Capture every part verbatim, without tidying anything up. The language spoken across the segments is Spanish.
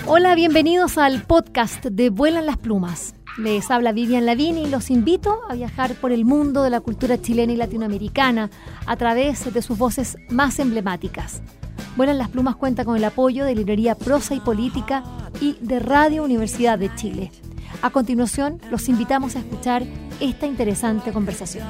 Hola, bienvenidos al podcast de Vuelan las Plumas. Les habla Vivian Lavín y los invito a viajar por el mundo de la cultura chilena y latinoamericana a través de sus voces más emblemáticas. Vuelan las Plumas cuenta con el apoyo de Librería Prosa y Política y de Radio Universidad de Chile. A continuación, los invitamos a escuchar esta interesante conversación.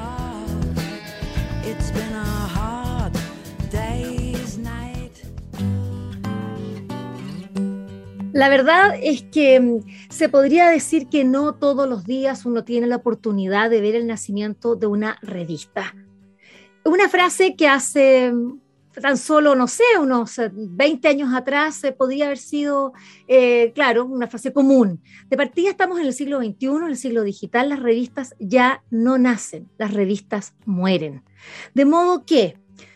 La verdad es que se podría decir que no todos los días uno tiene la oportunidad de ver el nacimiento de una revista. Una frase que hace tan solo, no sé, unos veinte años atrás eh, podría haber sido, eh, claro, una frase común. De partida estamos en el siglo veintiuno, en el siglo digital, las revistas ya no nacen, las revistas mueren. De modo que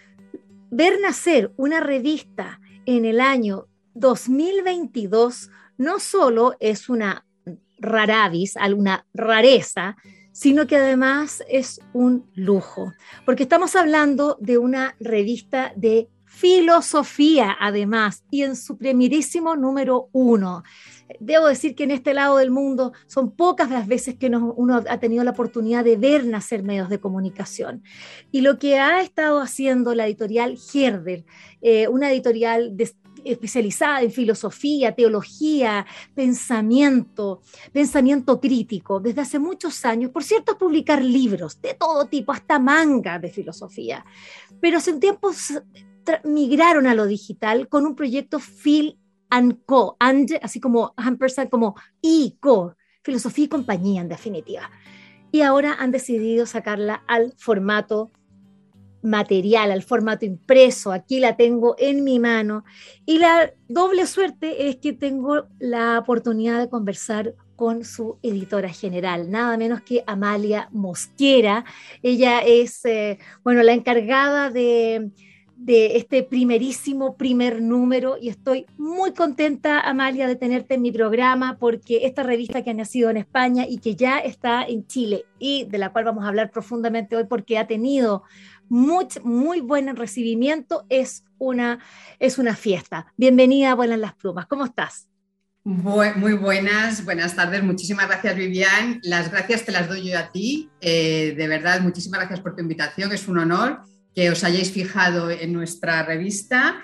ver nacer una revista en el año dos mil veintidós no solo es una raravis, alguna rareza, sino que además es un lujo, porque estamos hablando de una revista de filosofía, además, y en su primerísimo número uno. Debo decir que en este lado del mundo son pocas las veces que nos, uno ha tenido la oportunidad de ver nacer medios de comunicación. Y lo que ha estado haciendo la editorial Herder, eh, una editorial de especializada en filosofía, teología, pensamiento, pensamiento crítico, desde hace muchos años, por cierto, publicar libros de todo tipo, hasta manga de filosofía, pero hace un tiempo tra- migraron a lo digital con un proyecto Phil and Co, and, así como ampersand, como y co, filosofía y compañía en definitiva, y ahora han decidido sacarla al formato material, al formato impreso. Aquí la tengo en mi mano y la doble suerte es que tengo la oportunidad de conversar con su editora general, nada menos que Amalia Mosquera. Ella es, eh, bueno, la encargada de, de este primerísimo primer número y estoy muy contenta, Amalia, de tenerte en mi programa porque esta revista que ha nacido en España y que ya está en Chile y de la cual vamos a hablar profundamente hoy porque ha tenido Muy, muy buen recibimiento, es una, es una fiesta. Bienvenida a Vuelan las Plumas, ¿cómo estás? Muy buenas, buenas tardes, muchísimas gracias, Vivian. Las gracias te las doy yo a ti, eh, de verdad, muchísimas gracias por tu invitación, es un honor que os hayáis fijado en nuestra revista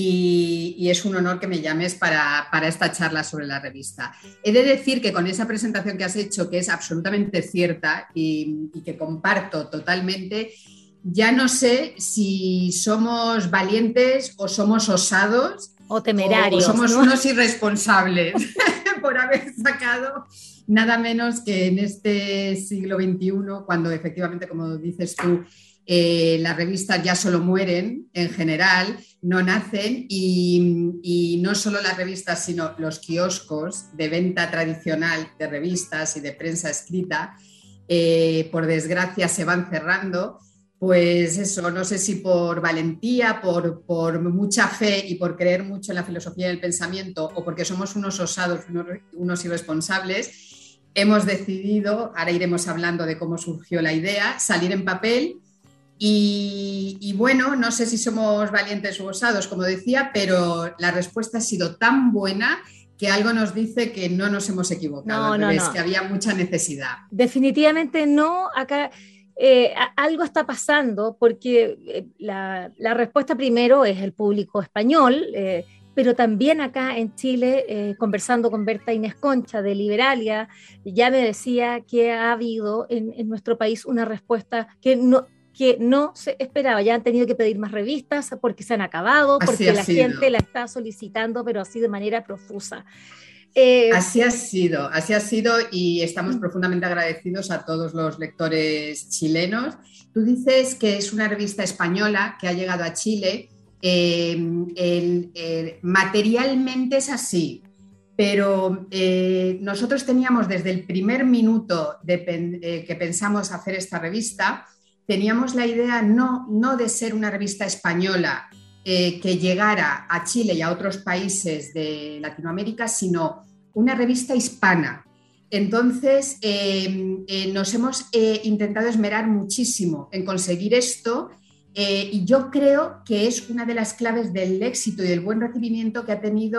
y, y es un honor que me llames para, para esta charla sobre la revista. He de decir que con esa presentación que has hecho, que es absolutamente cierta y, y que comparto totalmente, ya no sé si somos valientes o somos osados o temerarios, o, o somos ¿no? unos irresponsables por haber sacado nada menos que en este siglo veintiuno, cuando efectivamente, como dices tú, eh, las revistas ya solo mueren en general, no nacen y, y no solo las revistas, sino los kioscos de venta tradicional de revistas y de prensa escrita, eh, por desgracia se van cerrando. Pues eso, no sé si por valentía, por, por mucha fe y por creer mucho en la filosofía del pensamiento o porque somos unos osados, unos, unos irresponsables, hemos decidido, ahora iremos hablando de cómo surgió la idea, salir en papel y, y bueno, no sé si somos valientes u osados, como decía, pero la respuesta ha sido tan buena que algo nos dice que no nos hemos equivocado, No, no, es no. que había mucha necesidad. Definitivamente no, acá... Eh, algo está pasando porque eh, la, la respuesta primero es el público español, eh, pero también acá en Chile, eh, conversando con Berta Inés Concha de Liberalia, ya me decía que ha habido en, en nuestro país una respuesta que no, que no se esperaba. Ya han tenido que pedir más revistas porque se han acabado, porque Así la ha sido. gente la está solicitando, pero así de manera profusa. Eh, así ha sido, así ha sido y estamos profundamente agradecidos a todos los lectores chilenos. Tú dices que es una revista española que ha llegado a Chile. Eh, el, el, materialmente es así, pero eh, nosotros teníamos desde el primer minuto de, eh, que pensamos hacer esta revista, teníamos la idea no, no de ser una revista española, Eh, que llegara a Chile y a otros países de Latinoamérica, sino una revista hispana. Entonces, eh, eh, nos hemos eh, intentado esmerar muchísimo en conseguir esto eh, y yo creo que es una de las claves del éxito y del buen recibimiento que ha tenido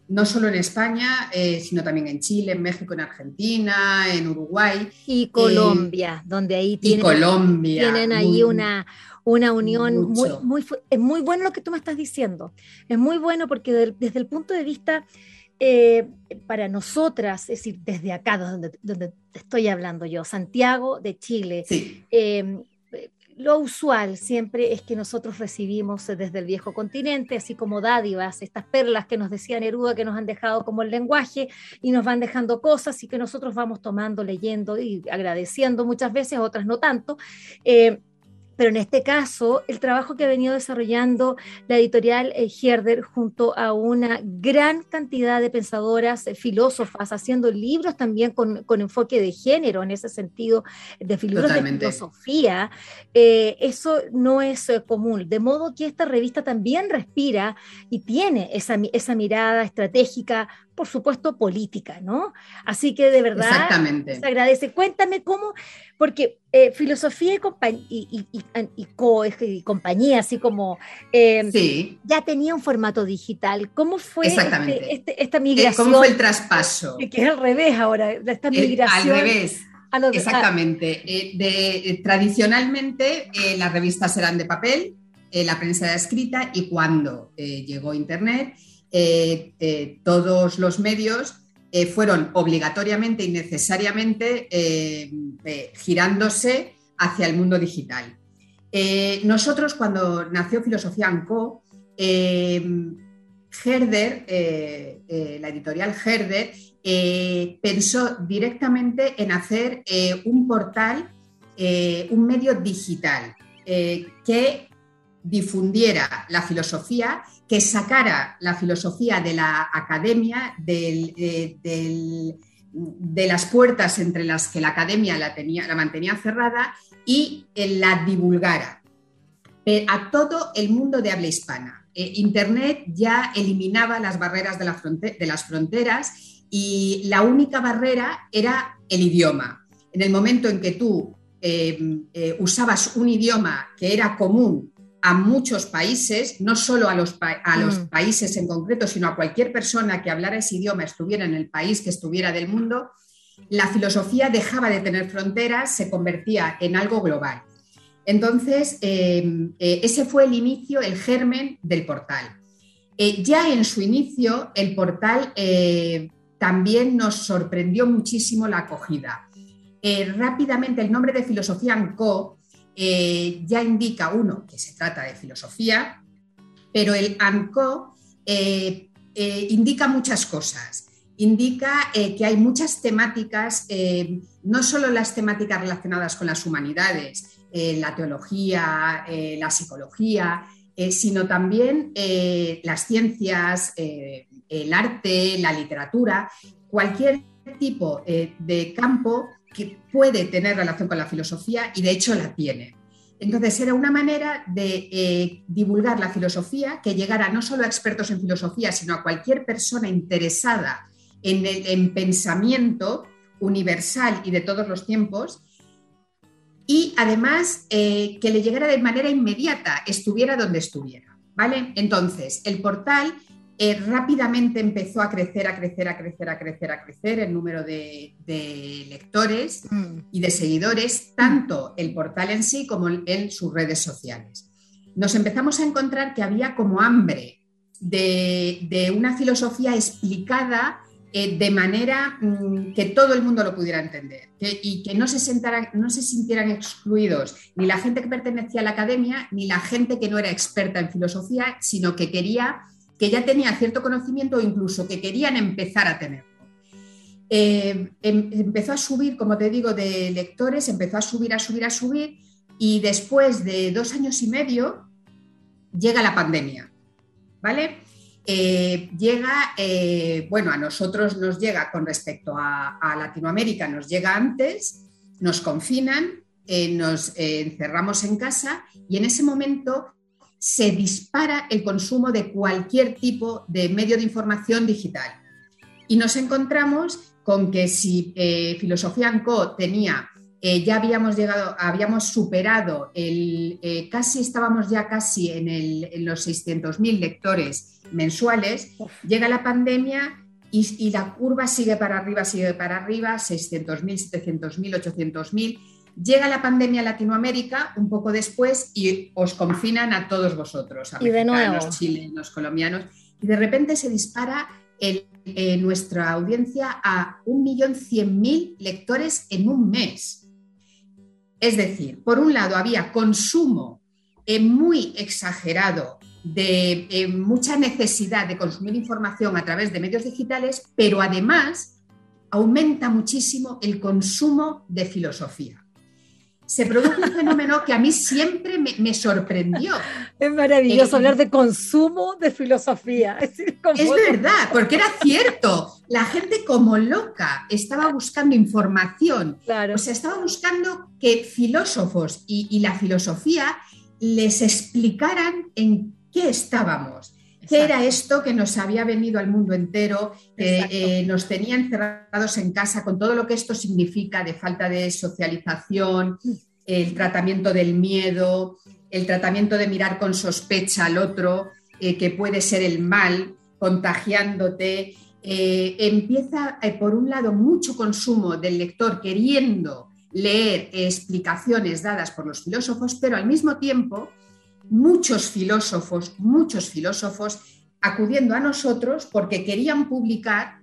no solo en España, eh, sino también en Chile, en México, en Argentina, en Uruguay. Y Colombia, eh, donde ahí y tienen, Colombia, tienen ahí muy, una, una unión muy, mucho. muy, es muy bueno lo que tú me estás diciendo. Es muy bueno porque de, desde el punto de vista eh, para nosotras, es decir, desde acá, donde, donde estoy hablando yo, Santiago de Chile, Sí. eh, lo usual siempre es que nosotros recibimos desde el viejo continente, así como dádivas, estas perlas que nos decía Neruda, que nos han dejado como el lenguaje y nos van dejando cosas y que nosotros vamos tomando, leyendo y agradeciendo muchas veces, otras no tanto. Eh, Pero en este caso, el trabajo que ha venido desarrollando la editorial eh, Herder junto a una gran cantidad de pensadoras, eh, filósofas, haciendo libros también con, con enfoque de género en ese sentido, de libros de Totalmente. filosofía, eh, eso no es eh, común. De modo que esta revista también respira y tiene esa, esa mirada estratégica, por supuesto, política, ¿no? Así que de verdad Exactamente. se agradece. Cuéntame cómo, porque eh, filosofía y, compañ y, y, y, y, co y compañía, así como eh, sí. ya tenía un formato digital. ¿Cómo fue este, este, esta migración? ¿Cómo fue el traspaso? Que, que es al revés ahora, esta migración. Eh, al revés. A los, Exactamente. A... Eh, de, eh, tradicionalmente eh, las revistas eran de papel, eh, la prensa era escrita y cuando eh, llegó Internet, eh, eh, todos los medios eh, fueron obligatoriamente y necesariamente eh, eh, girándose hacia el mundo digital. Eh, nosotros, cuando nació Filosofía and Co, eh, Herder, eh, eh, la editorial Herder, eh, pensó directamente en hacer eh, un portal, eh, un medio digital eh, que difundiera la filosofía, que sacara la filosofía de la academia, del, eh, del, de las puertas entre las que la academia la, tenía, la mantenía cerrada y eh, la divulgara eh, a todo el mundo de habla hispana. Eh, Internet ya eliminaba las barreras de, la fronte- de las fronteras y la única barrera era el idioma. En el momento en que tú eh, eh, usabas un idioma que era común a muchos países, no solo a los, pa a los mm. países en concreto, sino a cualquier persona que hablara ese idioma, estuviera en el país que estuviera del mundo, la filosofía dejaba de tener fronteras, se convertía en algo global. Entonces, eh, eh, ese fue el inicio, el germen del portal. Eh, ya en su inicio, el portal eh, también nos sorprendió muchísimo la acogida. Eh, rápidamente, el nombre de Filosofía and Co Eh, ya indica, uno, que se trata de filosofía, pero el and Co eh, eh, indica muchas cosas. Indica eh, que hay muchas temáticas, eh, no solo las temáticas relacionadas con las humanidades, eh, la teología, eh, la psicología, eh, sino también eh, las ciencias, eh, el arte, la literatura, cualquier tipo eh, de campo que puede tener relación con la filosofía y de hecho la tiene. Entonces era una manera de eh, divulgar la filosofía que llegara no solo a expertos en filosofía, sino a cualquier persona interesada en, el, en pensamiento universal y de todos los tiempos, y además eh, que le llegara de manera inmediata, estuviera donde estuviera, ¿vale? Entonces el portal Eh, rápidamente empezó a crecer, a crecer, a crecer, a crecer, a crecer el número de, de lectores mm. y de seguidores, tanto el portal en sí como en sus redes sociales. Nos empezamos a encontrar que había como hambre de, de una filosofía explicada eh, de manera mm, que todo el mundo lo pudiera entender que, y que no se, sentaran, no se sintieran excluidos ni la gente que pertenecía a la academia ni la gente que no era experta en filosofía, sino que quería que ya tenía cierto conocimiento o incluso que querían empezar a tenerlo. Eh, em, empezó a subir, como te digo, de lectores, empezó a subir, a subir, a subir y después de dos años y medio llega la pandemia, ¿vale? Eh, llega, eh, bueno, a nosotros nos llega con respecto a, a Latinoamérica, nos llega antes, nos confinan, eh, nos eh, encerramos en casa y en ese momento se dispara el consumo de cualquier tipo de medio de información digital. Y nos encontramos con que si eh, Filosofía and Co tenía eh, ya habíamos llegado, habíamos superado, el, eh, casi estábamos ya casi en, el, en los seiscientos mil lectores mensuales, llega la pandemia y, y la curva sigue para arriba, sigue para arriba, seiscientos mil, setecientos mil, ochocientos mil. Llega la pandemia a Latinoamérica un poco después y os confinan a todos vosotros, a y mexicanos, chilenos, colombianos, y de repente se dispara el, eh, nuestra audiencia a un millón cien mil lectores en un mes. Es decir, por un lado había consumo eh, muy exagerado, de eh, mucha necesidad de consumir información a través de medios digitales, pero además aumenta muchísimo el consumo de filosofía. Se produjo un fenómeno que a mí siempre me, me sorprendió. Es maravilloso eh, hablar de consumo de filosofía. Es, es verdad, porque era cierto. La gente como loca estaba buscando información. Claro. O sea, estaba buscando que filósofos y, y la filosofía les explicaran en qué estábamos. Exacto. ¿Qué era esto que nos había venido al mundo entero, que eh, nos tenía encerrados en casa con todo lo que esto significa de falta de socialización, el tratamiento del miedo, el tratamiento de mirar con sospecha al otro, eh, que puede ser el mal, contagiándote? Eh, empieza, eh, por un lado, mucho consumo del lector queriendo leer eh, explicaciones dadas por los filósofos, pero al mismo tiempo muchos filósofos, muchos filósofos acudiendo a nosotros porque querían publicar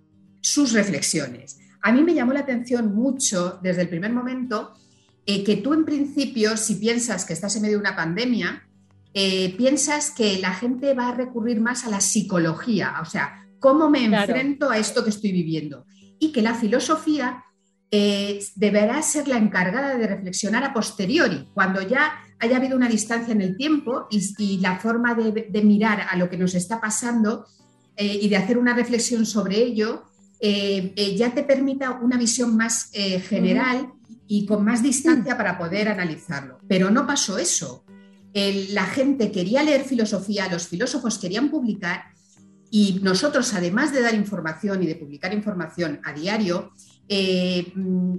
sus reflexiones. A mí me llamó la atención mucho desde el primer momento eh, que tú en principio, si piensas que estás en medio de una pandemia, eh, piensas que la gente va a recurrir más a la psicología, o sea, ¿cómo me Claro. enfrento a esto que estoy viviendo? Y que la filosofía eh, deberá ser la encargada de reflexionar a posteriori, cuando ya haya habido una distancia en el tiempo y, y la forma de, de mirar a lo que nos está pasando eh, y de hacer una reflexión sobre ello eh, eh, ya te permita una visión más eh, general y con más distancia para poder analizarlo. Pero no pasó eso. El, la gente quería leer filosofía, los filósofos querían publicar y nosotros, además de dar información y de publicar información a diario, eh,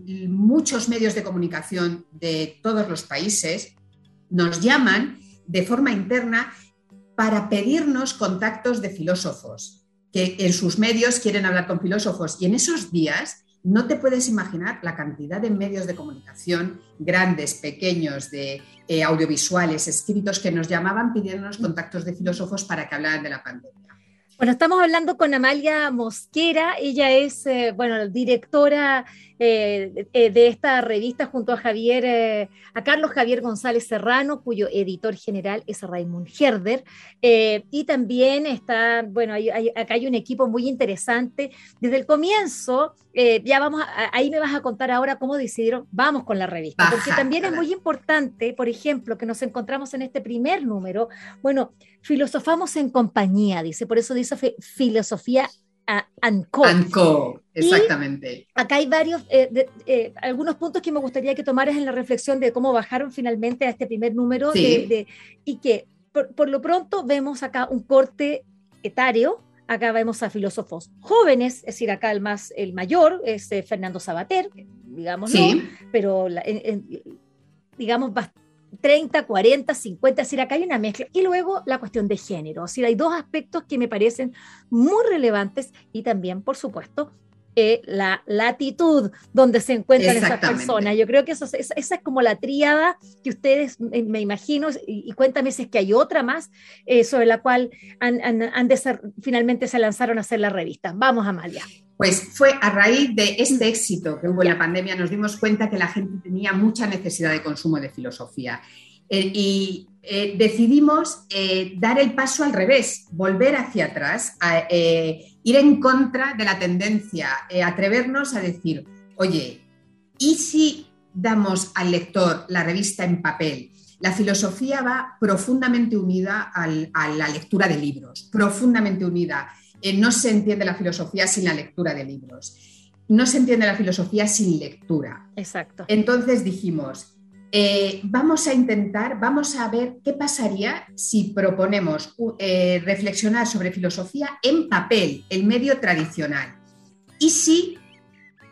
muchos medios de comunicación de todos los países nos llaman de forma interna para pedirnos contactos de filósofos, que en sus medios quieren hablar con filósofos. Y en esos días no te puedes imaginar la cantidad de medios de comunicación, grandes, pequeños, de eh, audiovisuales, escritos, que nos llamaban pidiéndonos contactos de filósofos para que hablaran de la pandemia. Bueno, estamos hablando con Amalia Mosquera. Ella es, eh, bueno, directora eh, de, de esta revista junto a Javier, eh, a Carlos Javier González Serrano, cuyo editor general es Raymond Herder. Eh, y también está, bueno, hay, hay, acá hay un equipo muy interesante. Desde el comienzo, eh, ya vamos, a, ahí me vas a contar ahora cómo decidieron, vamos con la revista, Baja, porque también es muy importante, por ejemplo, que nos encontramos en este primer número, bueno, filosofamos en compañía, dice, por eso dice filosofía uh, and co. And co, exactamente. Y acá hay varios, eh, de, eh, algunos puntos que me gustaría que tomaras en la reflexión de cómo bajaron finalmente a este primer número, sí. de, de, y que por, por lo pronto vemos acá un corte etario. Acá vemos a filósofos jóvenes, es decir, acá el más, el mayor es eh, Fernando Savater, digámoslo, sí. pero la, en, en, digamos bastante treinta, cuarenta, cincuenta, es decir, acá hay una mezcla. Y luego la cuestión de género, es decir, hay dos aspectos que me parecen muy relevantes y también, por supuesto, eh, la latitud donde se encuentran esas personas. Yo creo que eso, esa, esa es como la tríada que ustedes, me, me imagino, y, y cuéntame si es que hay otra más eh, sobre la cual han, han, han de ser, finalmente se lanzaron a hacer la revista. Vamos, Amalia. Pues fue a raíz de este éxito que hubo en la pandemia, nos dimos cuenta que la gente tenía mucha necesidad de consumo de filosofía. Eh, y eh, decidimos eh, dar el paso al revés, volver hacia atrás, a, eh, ir en contra de la tendencia, eh, atrevernos a decir, oye, ¿y si damos al lector la revista en papel? La filosofía va profundamente unida al, a la lectura de libros, profundamente unida. Eh, no se entiende la filosofía sin la lectura de libros. No se entiende la filosofía sin lectura. Exacto. Entonces dijimos, eh, vamos a intentar, vamos a ver qué pasaría si proponemos eh, reflexionar sobre filosofía en papel, el medio tradicional. Y si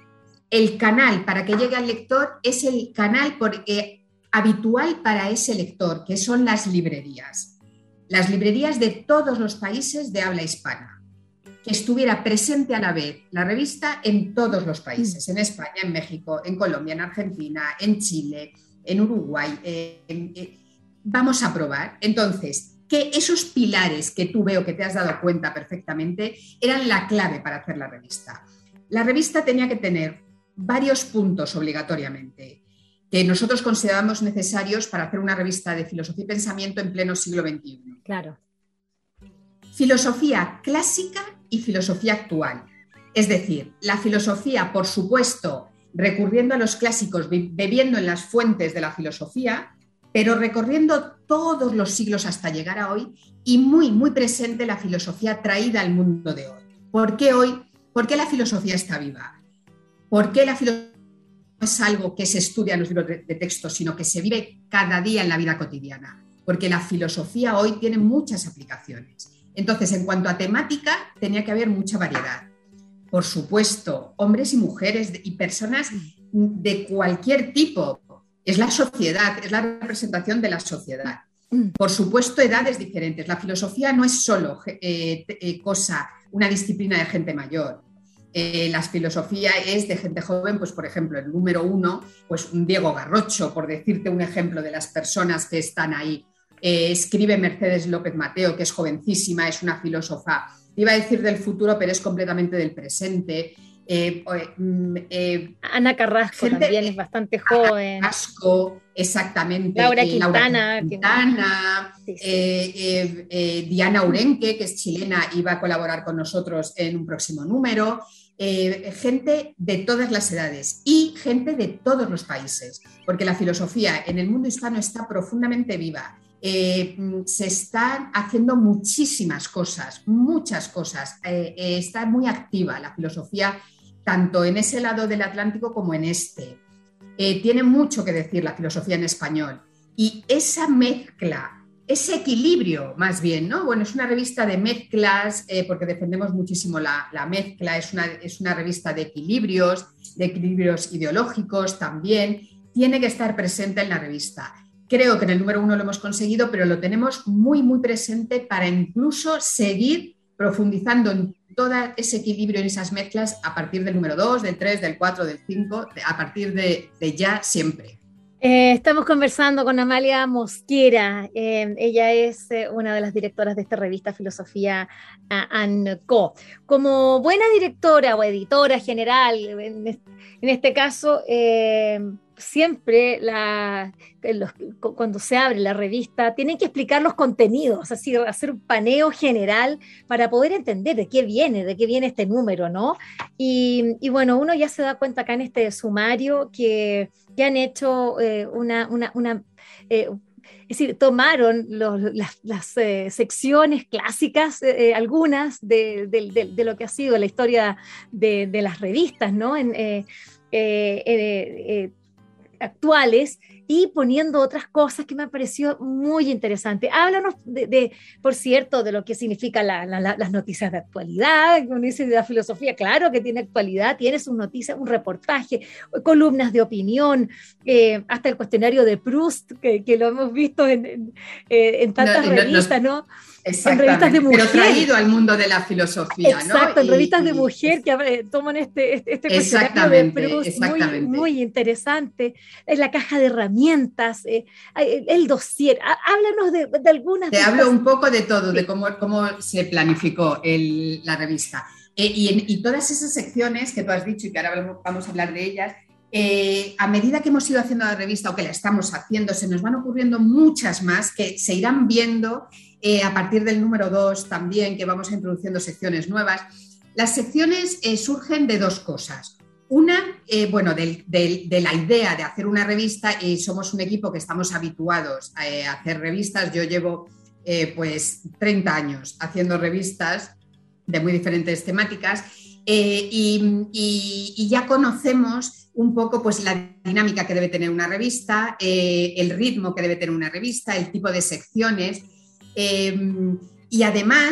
el canal para que llegue al lector es el canal por, eh, habitual para ese lector, que son las librerías. Las librerías de todos los países de habla hispana, que estuviera presente a la vez la revista en todos los países, en España, en México, en Colombia, en Argentina, en Chile, en Uruguay. Eh, en, eh, vamos a probar. Entonces, que esos pilares que tú veo que te has dado cuenta perfectamente eran la clave para hacer la revista. La revista tenía que tener varios puntos obligatoriamente que nosotros considerábamos necesarios para hacer una revista de filosofía y pensamiento en pleno siglo veintiuno. Claro. Filosofía clásica y filosofía actual. Es decir, la filosofía, por supuesto, recurriendo a los clásicos, bebiendo en las fuentes de la filosofía, pero recorriendo todos los siglos hasta llegar a hoy y muy, muy presente la filosofía traída al mundo de hoy. ¿Por qué hoy? ¿Por qué la filosofía está viva? ¿Por qué la filosofía no es algo que se estudia en los libros de, de texto, sino que se vive cada día en la vida cotidiana? Porque la filosofía hoy tiene muchas aplicaciones. Entonces, en cuanto a temática, tenía que haber mucha variedad. Por supuesto, hombres y mujeres y personas de cualquier tipo. Es la sociedad, es la representación de la sociedad. Por supuesto, edades diferentes. La filosofía no es solo eh, eh, cosa, una disciplina de gente mayor. Eh, la filosofía es de gente joven, pues por ejemplo, el número uno, pues un Diego Garrocho, por decirte un ejemplo de las personas que están ahí. Eh, escribe Mercedes López Mateo, que es jovencísima, es una filósofa, iba a decir del futuro, pero es completamente del presente. Eh, eh, Ana Carrasco gente, también es bastante joven. Ana Carrasco, exactamente. Laura Quintana. Eh, Laura Quintana que... sí, sí. Eh, eh, eh, Diana Urenque, que es chilena, iba a colaborar con nosotros en un próximo número. Eh, gente de todas las edades y gente de todos los países, porque la filosofía en el mundo hispano está profundamente viva. Eh, se están haciendo muchísimas cosas, muchas cosas. Eh, eh, está muy activa la filosofía, tanto en ese lado del Atlántico como en este. Eh, tiene mucho que decir la filosofía en español. Y esa mezcla, ese equilibrio más bien, ¿no? Bueno, es una revista de mezclas, eh, porque defendemos muchísimo la, la mezcla, es una, es una revista de equilibrios, de equilibrios ideológicos también. Tiene que estar presente en la revista. Creo que en el número uno lo hemos conseguido, pero lo tenemos muy, muy presente para incluso seguir profundizando en todo ese equilibrio, en esas mezclas, a partir del número dos, del tres, del cuatro, del cinco, a partir de, de ya siempre. Eh, estamos conversando con Amalia Mosquera. Eh, ella es eh, una de las directoras de esta revista Filosofía and Co. Como buena directora o editora general, en este, en este caso, eh, siempre la, los, cuando se abre la revista tienen que explicar los contenidos, así hacer un paneo general para poder entender de qué viene, de qué viene este número, ¿no? Y, y bueno, uno ya se da cuenta acá en este sumario que, que han hecho eh, una... una, una eh, es decir, tomaron los, las, las eh, secciones clásicas, eh, algunas de, de, de, de lo que ha sido la historia de, de las revistas, ¿no? En, eh, eh, eh, eh, actuales y poniendo otras cosas que me ha parecido muy interesante. Háblanos, de, de, por cierto, de lo que significa la, la, la, las noticias de actualidad. Uno dice de la filosofía, claro que tiene actualidad, tiene sus noticias, un reportaje, columnas de opinión, eh, hasta el cuestionario de Proust, que, que lo hemos visto en, en, en tantas no, revistas, no, no, en revistas de mujer. Pero traído al mundo de la filosofía, exacto, ¿no? en revistas y, de y, mujer es, que eh, toman este, este, este cuestionario de Proust, muy, muy interesante. Es la caja de herramientas, eh, el dossier. Háblanos de, de algunas... Te de hablo estas... un poco de todo, sí. de cómo, cómo se planificó el, la revista. Eh, y, en, y todas esas secciones que tú has dicho y que ahora vamos a hablar de ellas, eh, a medida que hemos ido haciendo la revista o que la estamos haciendo, se nos van ocurriendo muchas más que se irán viendo eh, a partir del número dos también, que vamos introduciendo secciones nuevas. Las secciones eh, surgen de dos cosas. Una, eh, bueno, de, de, de la idea de hacer una revista, y somos un equipo que estamos habituados a, a hacer revistas. Yo llevo eh, pues treinta años haciendo revistas de muy diferentes temáticas eh, y, y, y ya conocemos un poco pues, la dinámica que debe tener una revista, eh, el ritmo que debe tener una revista, el tipo de secciones eh, y además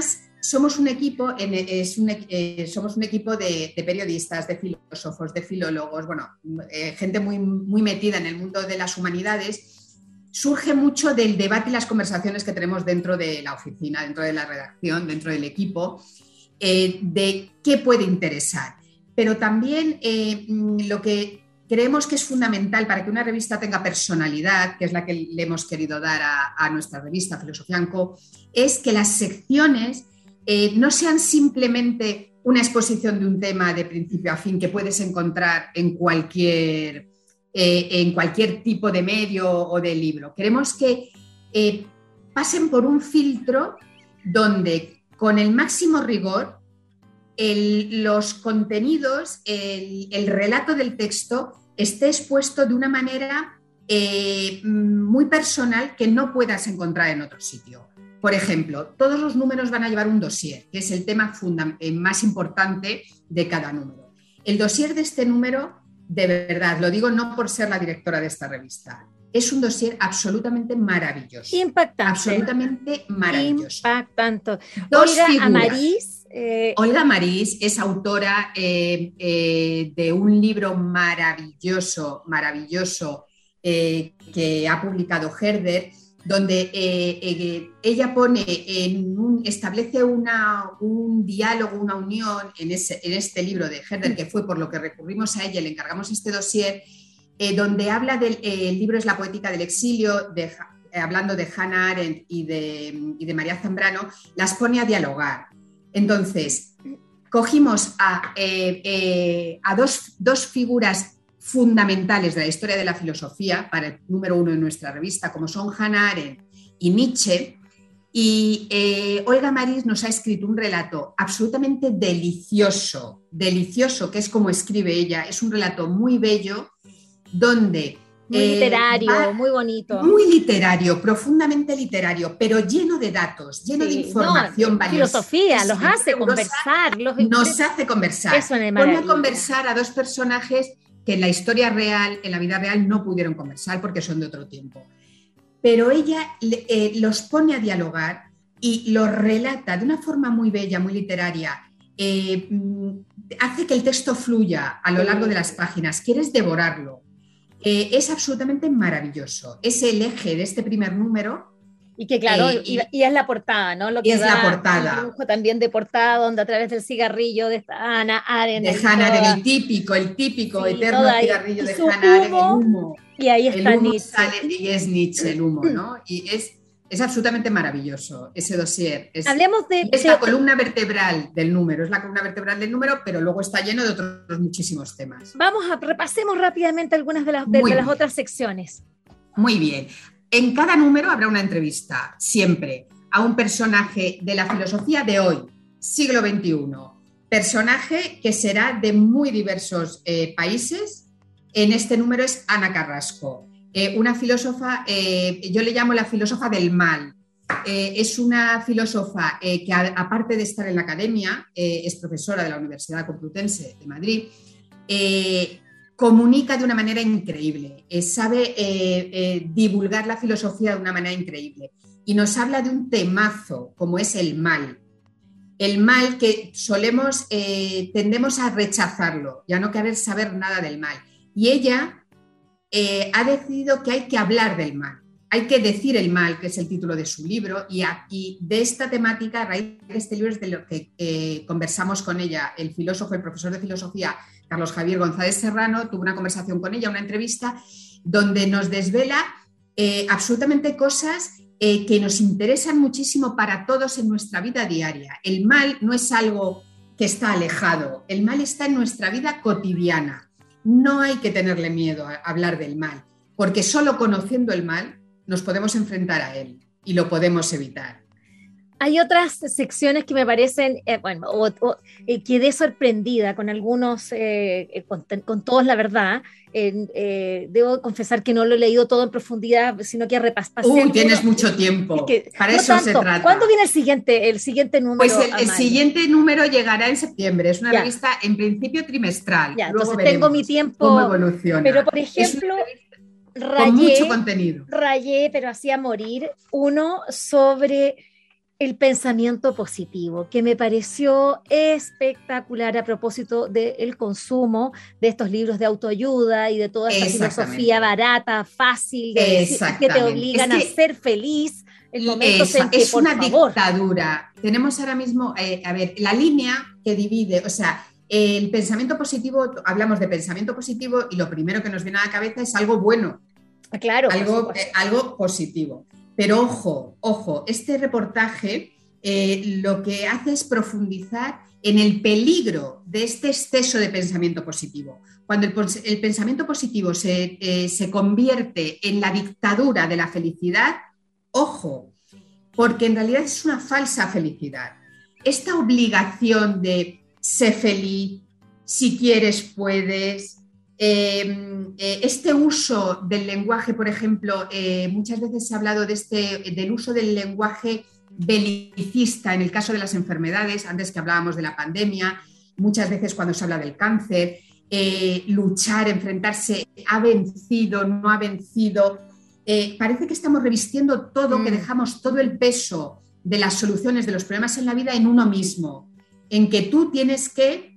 somos un equipo, en, es un, eh, somos un equipo de, de periodistas, de filósofos, de filólogos, bueno, eh, gente muy, muy metida en el mundo de las humanidades. Surge mucho del debate y las conversaciones que tenemos dentro de la oficina, dentro de la redacción, dentro del equipo, eh, de qué puede interesar. Pero también eh, lo que creemos que es fundamental para que una revista tenga personalidad, que es la que le hemos querido dar a, a nuestra revista Filosofía and Co, es que las secciones eh, no sean simplemente una exposición de un tema de principio a fin que puedes encontrar en cualquier, eh, en cualquier tipo de medio o de libro. Queremos que eh, pasen por un filtro donde, con el máximo rigor, El, los contenidos, el, el relato del texto esté expuesto de una manera eh, muy personal que no puedas encontrar en otro sitio. Por ejemplo, todos los números van a llevar un dossier, que es el tema funda- eh, más importante de cada número. El dossier de este número, de verdad, lo digo no por ser la directora de esta revista, es un dossier absolutamente maravilloso. Impactante. Absolutamente maravilloso. Impactante. Dos Olga figuras. Amariz. Eh... Olga Amariz es autora eh, eh, de un libro maravilloso, maravilloso eh, que ha publicado Herder, donde eh, eh, ella pone en un, establece una, un diálogo, una unión en, ese, en este libro de Herder, que fue por lo que recurrimos a ella, le encargamos este dossier, eh, donde habla del eh, el libro es La poética del exilio, de, eh, hablando de Hannah Arendt y de, y de María Zambrano, las pone a dialogar. Entonces, cogimos a, eh, eh, a dos, dos figuras fundamentales de la historia de la filosofía para el número uno de nuestra revista, como son Hannah Arendt y Nietzsche, y eh, Olga Amariz nos ha escrito un relato absolutamente delicioso, delicioso, que es como escribe ella, es un relato muy bello, donde... Muy eh, literario, va, muy bonito. Muy literario, profundamente literario, pero lleno de datos, lleno sí, de información no, valiosa. Filosofía, los hace conversar. Los... Nos hace conversar. Eso es Pone a conversar a dos personajes que en la historia real, en la vida real, no pudieron conversar porque son de otro tiempo. Pero ella eh, los pone a dialogar y los relata de una forma muy bella, muy literaria. Eh, hace que el texto fluya a lo largo de las páginas. Quieres devorarlo. Eh, es absolutamente maravilloso. Es el eje de este primer número. Y que claro, eh, y, y es la portada, ¿no? Lo que y es da la portada. Un lujo también de portada, donde a través del cigarrillo de esta Hannah Arendt. De Hannah Arendt, el típico, el típico, sí, eterno cigarrillo de Hannah Arendt, el humo. Y ahí está el humo Nietzsche. Sale, y es Nietzsche el humo, ¿no? Y es, es absolutamente maravilloso ese dossier. Es, Hablemos de... Es la columna vertebral del número, es la columna vertebral del número, pero luego está lleno de otros muchísimos temas. Vamos a repasemos rápidamente algunas de las, de, de las otras secciones. Muy bien. En cada número habrá una entrevista, siempre, a un personaje de la filosofía de hoy, siglo veintiuno. Personaje que será de muy diversos eh, países. En este número es Ana Carrasco, eh, una filósofa, eh, yo le llamo la filósofa del mal. Eh, es una filósofa eh, que, a, aparte de estar en la academia, eh, es profesora de la Universidad Complutense de Madrid, eh, comunica de una manera increíble, eh, sabe eh, eh, divulgar la filosofía de una manera increíble y nos habla de un temazo como es el mal. El mal que solemos, eh, tendemos a rechazarlo, ya no querer saber nada del mal. Y ella eh, ha decidido que hay que hablar del mal, hay que decir el mal, que es el título de su libro, y, aquí, de esta temática, a raíz de este libro es de lo que eh, conversamos con ella, el filósofo, el profesor de filosofía, Carlos Javier González Serrano, tuvo una conversación con ella, una entrevista, donde nos desvela eh, absolutamente cosas eh, que nos interesan muchísimo para todos en nuestra vida diaria. El mal no es algo que está alejado, el mal está en nuestra vida cotidiana. No hay que tenerle miedo a hablar del mal, porque solo conociendo el mal nos podemos enfrentar a él y lo podemos evitar. Hay otras secciones que me parecen, eh, bueno, o, o, eh, quedé sorprendida con algunos, eh, con, con todos la verdad. Eh, eh, debo confesar que no lo he leído todo en profundidad, sino que repasé. Uy, tienes mucho tiempo, es que, para no eso tanto. Se trata. ¿Cuándo viene el siguiente, el siguiente número? Pues el, el siguiente número llegará en septiembre, es una ya. revista en principio trimestral. Ya, entonces tengo mi tiempo. Cómo evoluciona. Pero por ejemplo... Rayé, con mucho contenido. Rayé, pero hacía morir, uno sobre El pensamiento positivo, que me pareció espectacular a propósito del consumo de estos libros de autoayuda y de toda esta filosofía barata, fácil, de decir, que te obligan es que a ser feliz en momentos esa, en que, es por una favor. dictadura. Tenemos ahora mismo, eh, a ver, la línea que divide, o sea, el pensamiento positivo, hablamos de pensamiento positivo y lo primero que nos viene a la cabeza es algo bueno, claro, algo, eh, algo positivo. Pero ojo, ojo, este reportaje eh, lo que hace es profundizar en el peligro de este exceso de pensamiento positivo. Cuando el, el pensamiento positivo se, eh, se convierte en la dictadura de la felicidad, ojo, porque en realidad es una falsa felicidad. Esta obligación de ser feliz, si quieres puedes, Eh, eh, este uso del lenguaje, por ejemplo, eh, muchas veces se ha hablado de este, del uso del lenguaje belicista en el caso de las enfermedades, antes que hablábamos de la pandemia, muchas veces cuando se habla del cáncer, eh, luchar, enfrentarse, ha vencido, no ha vencido. Eh, parece que estamos revistiendo todo, mm. que dejamos todo el peso de las soluciones de los problemas en la vida en uno mismo, en que tú tienes que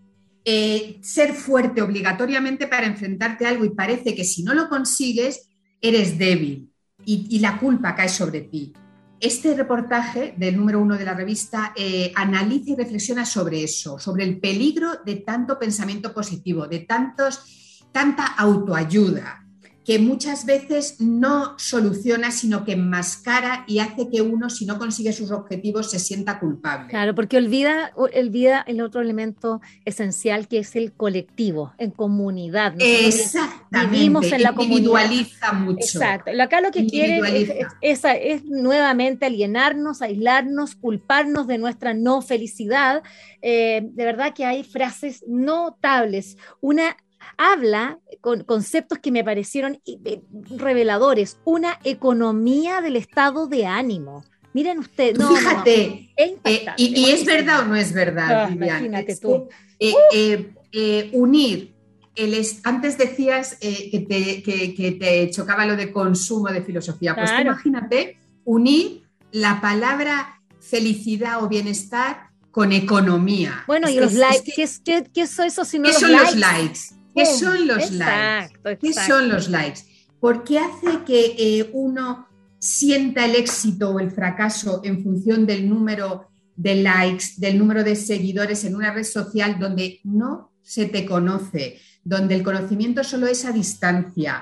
Eh, ser fuerte obligatoriamente para enfrentarte a algo y parece que si no lo consigues eres débil y, y la culpa cae sobre ti. Este reportaje del número uno de la revista eh, analiza y reflexiona sobre eso, sobre el peligro de tanto pensamiento positivo, de tantos, tanta autoayuda, que muchas veces no soluciona, sino que enmascara y hace que uno, si no consigue sus objetivos, se sienta culpable. Claro, porque olvida, olvida el otro elemento esencial, que es el colectivo, en comunidad. Nosotros Exactamente, vivimos en la individualiza comunidad. mucho. Exacto. Acá lo que quieren es, es, es, es nuevamente alienarnos, aislarnos, culparnos de nuestra no felicidad. Eh, de verdad que hay frases notables. Una habla con conceptos que me parecieron reveladores. Una economía del estado de ánimo. Miren ustedes. No, fíjate, no, no. Eh, y, y es verdad o no es verdad, oh, Vivian. Imagínate es tú. Que, eh, uh. eh, eh, unir, el es, antes decías eh, que, te, que, que te chocaba lo de consumo de filosofía. Pues claro. tú imagínate unir la palabra felicidad o bienestar con economía. Bueno, es y los es, likes. Es que, ¿Qué, es, qué, ¿Qué son eso si no ¿qué los son likes? los likes? ¿Qué son los exacto, likes? Exacto. ¿Qué son los likes? Porque hace que eh, uno sienta el éxito o el fracaso en función del número de likes, del número de seguidores en una red social donde no se te conoce, donde el conocimiento solo es a distancia,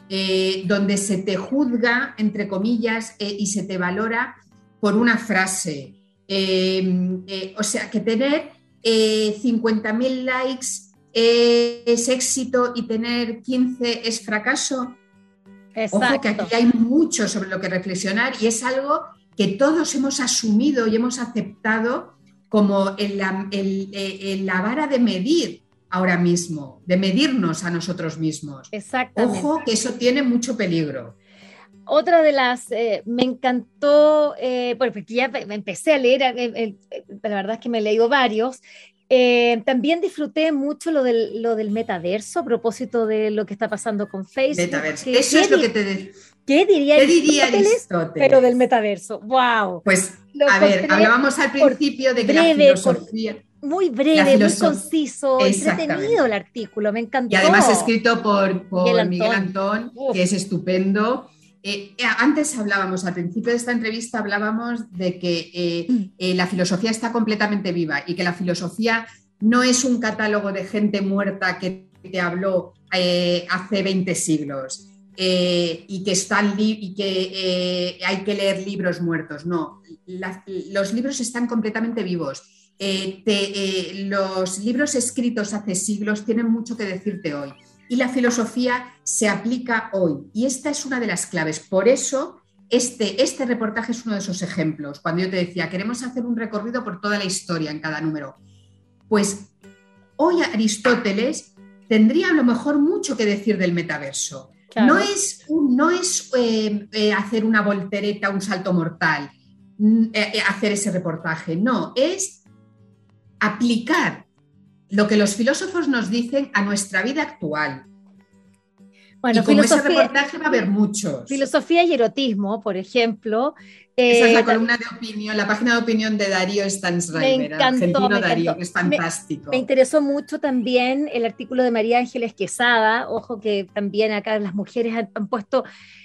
eh, donde se te juzga, entre comillas, eh, y se te valora por una frase. Eh, eh, o sea, que tener eh, cincuenta mil likes eh, es éxito y tener quince es fracaso. Exacto. Ojo, que aquí hay mucho sobre lo que reflexionar y es algo que todos hemos asumido y hemos aceptado como en la, en, en la vara de medir ahora mismo, de medirnos a nosotros mismos. Exactamente. Ojo, que eso tiene mucho peligro. Otra de las, eh, me encantó, eh, bueno, porque ya empecé a leer, eh, eh, la verdad es que me he leído varios. Eh, también disfruté mucho lo del, lo del metaverso, a propósito de lo que está pasando con Facebook. Metaverso. ¿Qué, Eso ¿qué es lo que te de... ¿Qué diría, ¿Qué diría Aristóteles? Aristóteles? Pero del metaverso. ¡Wow! Pues, lo a ver, hablábamos al principio de que breve, la filosofía... Por, muy breve, filosof... muy conciso, entretenido el artículo, me encantó. Y además escrito por, por Miguel Antón, Miguel Antón que es estupendo. Eh, antes hablábamos, al principio de esta entrevista hablábamos de que eh, eh, la filosofía está completamente viva y que la filosofía no es un catálogo de gente muerta que te habló eh, hace veinte siglos eh, y que, están li- y que eh, hay que leer libros muertos. No, la, los libros están completamente vivos. Eh, te, eh, los libros escritos hace siglos tienen mucho que decirte hoy. Y la filosofía se aplica hoy. Y esta es una de las claves. Por eso, este, este reportaje es uno de esos ejemplos. Cuando yo te decía, queremos hacer un recorrido por toda la historia en cada número. Pues hoy Aristóteles tendría a lo mejor mucho que decir del metaverso. Claro. No es, un, no es eh, eh, hacer una voltereta, un salto mortal, eh, hacer ese reportaje. No, es aplicar lo que los filósofos nos dicen a nuestra vida actual. Bueno, y como ese reportaje va a haber muchos. Filosofía y erotismo, por ejemplo. Esa es la eh, columna de opinión, la página de opinión de Darío Stansriver, me encantó, argentino me Darío, encantó. que es fantástico. Me, me interesó mucho también el artículo de María Ángeles Quesada. Ojo que también acá las mujeres han, han puesto...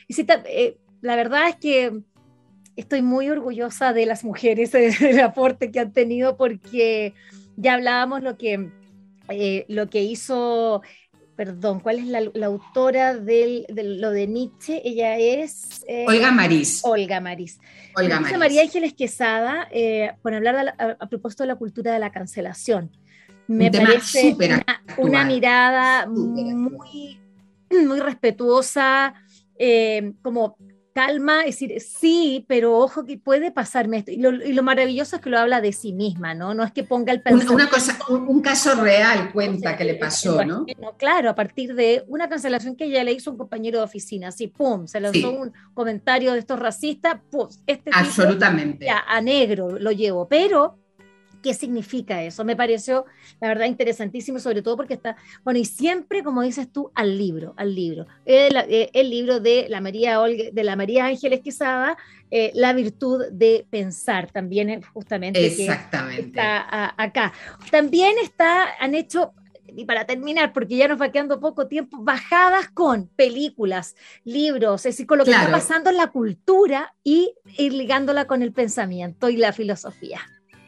Eh, la verdad es que estoy muy orgullosa de las mujeres, del aporte que han tenido, porque ya hablábamos lo que, eh, lo que hizo... Perdón, ¿cuál es la, la autora del, de lo de Nietzsche? Ella es... Eh, Olga Marís. Olga Marís. Olga Marís. María Ángeles Quesada, eh, por hablar a, a, a propósito de la cultura de la cancelación. Me Un tema parece una, una mirada muy, muy respetuosa, eh, como calma, es decir, sí, pero ojo que puede pasarme esto. Y lo, y lo maravilloso es que lo habla de sí misma, ¿no? No es que ponga el pensamiento. Una, una cosa, un, un caso real cuenta, o sea, que le pasó, el, ¿no? ¿no? Claro, a partir de una cancelación que ella le hizo a un compañero de oficina, así, pum, se lanzó sí. un comentario de estos racistas, pum, este tipo, absolutamente. Ya, a negro lo llevo, pero... ¿Qué significa eso? Me pareció, la verdad, interesantísimo, sobre todo porque está, bueno, y siempre, como dices tú, al libro, al libro. El, el libro de la María, Olga, de la María Ángeles Quesada, eh, La virtud de pensar, también justamente exactamente. Que está a, acá. También está, han hecho, y para terminar, porque ya nos va quedando poco tiempo, bajadas con películas, libros, es decir, con lo que claro. está pasando en la cultura y ir ligándola con el pensamiento y la filosofía.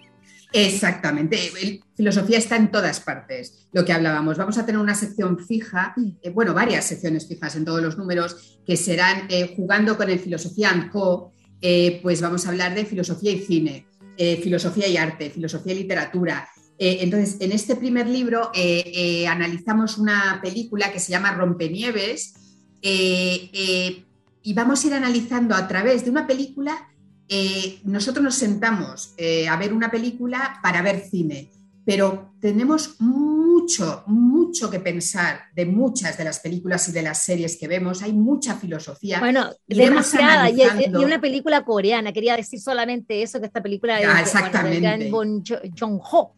Exactamente, el, filosofía está en todas partes, lo que hablábamos. Vamos a tener una sección fija, eh, bueno, varias secciones fijas en todos los números, que serán eh, jugando con el Filosofía and Co, eh, pues vamos a hablar de filosofía y cine, eh, filosofía y arte, filosofía y literatura. Eh, entonces, en este primer libro eh, eh, analizamos una película que se llama Rompenieves eh, eh, y vamos a ir analizando a través de una película. Eh, nosotros nos sentamos eh, a ver una película para ver cine, pero tenemos mucho, mucho que pensar de muchas de las películas y de las series que vemos. Hay mucha filosofía. Bueno, demasiada. Y, y una película coreana, quería decir solamente eso, que esta película ah, es exactamente. de Bon Joon-ho.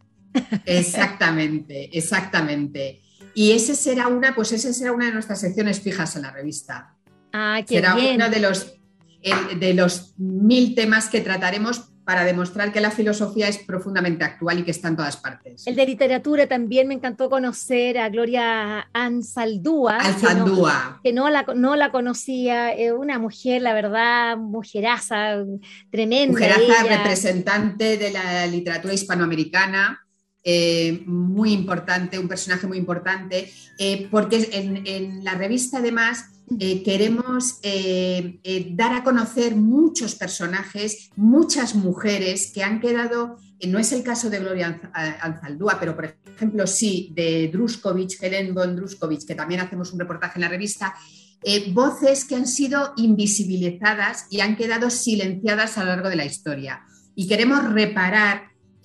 Exactamente, exactamente. Y ese será una, pues esa será una de nuestras secciones fijas en la revista. Ah, qué será bien. uno de los El, de los mil temas que trataremos para demostrar que la filosofía es profundamente actual y que está en todas partes. El de literatura también me encantó conocer a Gloria Anzaldúa. Anzaldúa. Que no, que no, la, no la conocía, eh, una mujer, la verdad, mujeraza, tremenda. Mujeraza, ella. representante de la literatura hispanoamericana. Eh, muy importante, un personaje muy importante, eh, porque en, en la revista además eh, queremos eh, eh, dar a conocer muchos personajes, muchas mujeres que han quedado, eh, no es el caso de Gloria Anzaldúa, pero por ejemplo sí, de Druskowicz, Helen von Druskowicz, que también hacemos un reportaje en la revista, eh, voces que han sido invisibilizadas y han quedado silenciadas a lo largo de la historia. Y queremos reparar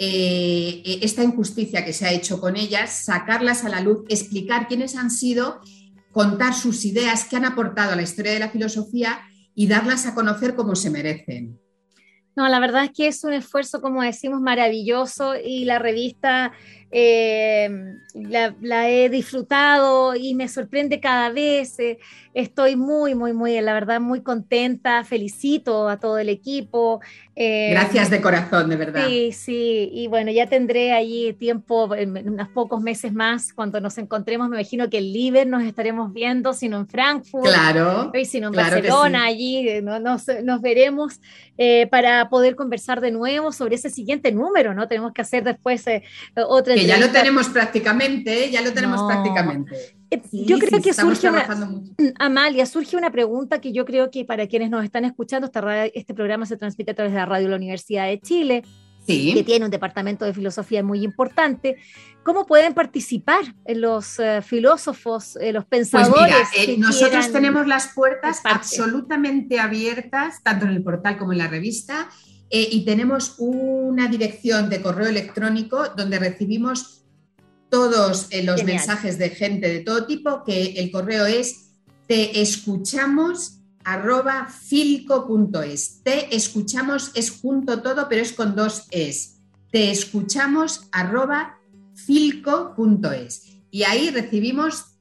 Eh, esta injusticia que se ha hecho con ellas, sacarlas a la luz, explicar quiénes han sido, contar sus ideas, qué han aportado a la historia de la filosofía y darlas a conocer como se merecen. No, la verdad es que es un esfuerzo, como decimos, maravilloso y la revista eh, la, la he disfrutado y me sorprende cada vez. Eh, estoy muy, muy, muy, la verdad, muy contenta. Felicito a todo el equipo. Eh, Gracias de corazón, de verdad. Sí, sí. Y bueno, ya tendré allí tiempo, en unos pocos meses más, cuando nos encontremos. Me imagino que en Liber nos estaremos viendo, sino en Frankfurt. Claro. Y sino en claro Barcelona, sí. allí no, nos, nos veremos eh, para poder conversar de nuevo sobre ese siguiente número, ¿no? Tenemos que hacer después eh, otra Que entrevista. ya lo tenemos prácticamente, ya lo tenemos no. prácticamente. Sí, yo creo sí, que surge una, mucho. Amalia, surge una pregunta que yo creo que para quienes nos están escuchando, esta radio, este programa se transmite a través de la radio de la Universidad de Chile, sí. que tiene un departamento de filosofía muy importante. ¿Cómo pueden participar los uh, filósofos, eh, los pensadores? Pues mira, eh, nosotros tenemos las puertas absolutamente abiertas, tanto en el portal como en la revista, eh, y tenemos una dirección de correo electrónico donde recibimos todos eh, los Genial. mensajes de gente de todo tipo, que el correo es te escuchamos arroba filco punto es. Te escuchamos es junto todo, pero es con dos es. Te escuchamos arroba filco punto es. Y ahí recibimos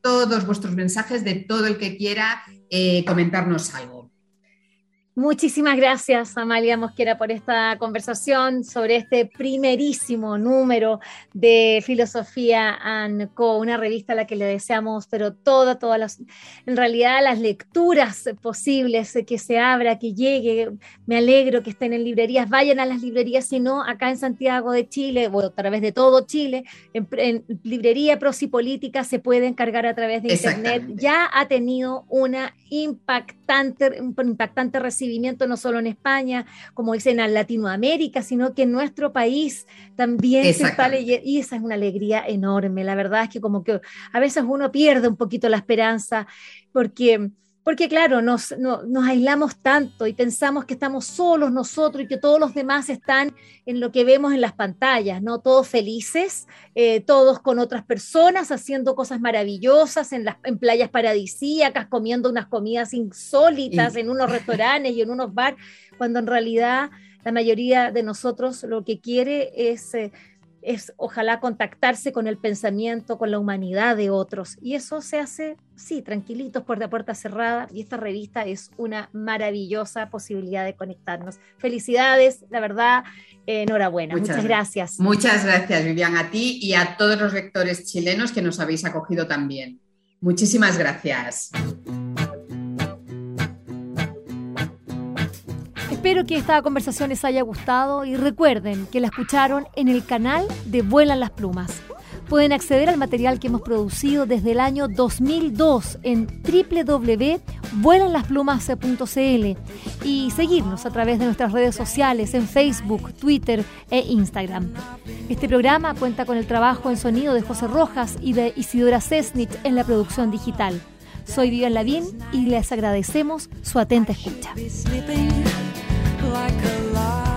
todos vuestros mensajes de todo el que quiera eh, comentarnos algo. Muchísimas gracias, Amalia Mosquera, por esta conversación sobre este primerísimo número de Filosofía and Co, una revista a la que le deseamos, pero todas, todas las, en realidad las lecturas posibles, que se abra, que llegue. Me alegro que estén en librerías, vayan a las librerías, si no, acá en Santiago de Chile, o a través de todo Chile, en, en librería Pros y Política se puede encargar a través de internet. Ya ha tenido una impactante, un impactante recibimiento, no solo en España, como dicen, en Latinoamérica, sino que en nuestro país también se está leyendo, y esa es una alegría enorme. La verdad es que como que a veces uno pierde un poquito la esperanza, porque... Porque claro, nos, no, nos aislamos tanto y pensamos que estamos solos nosotros y que todos los demás están en lo que vemos en las pantallas, ¿no? Todos felices, eh, todos con otras personas, haciendo cosas maravillosas en, las, en playas paradisíacas, comiendo unas comidas insólitas y... en unos restaurantes y en unos bares, cuando en realidad la mayoría de nosotros lo que quiere es... Eh, es ojalá contactarse con el pensamiento, con la humanidad de otros, y eso se hace, sí, tranquilitos, puerta a puerta cerrada, y esta revista es una maravillosa posibilidad de conectarnos. Felicidades, la verdad, eh, enhorabuena, muchas, muchas gracias. Muchas gracias, Vivian, a ti y a todos los lectores chilenos que nos habéis acogido también. Muchísimas gracias. Espero que esta conversación les haya gustado y recuerden que la escucharon en el canal de Vuelan las Plumas. Pueden acceder al material que hemos producido desde el año dos mil dos en doble u doble u doble u punto vuelan las plumas punto c l y seguirnos a través de nuestras redes sociales en Facebook, Twitter e Instagram. Este programa cuenta con el trabajo en sonido de José Rojas y de Isidora Cesnich en la producción digital. Soy Vivian Lavín y les agradecemos su atenta escucha. Like a lie.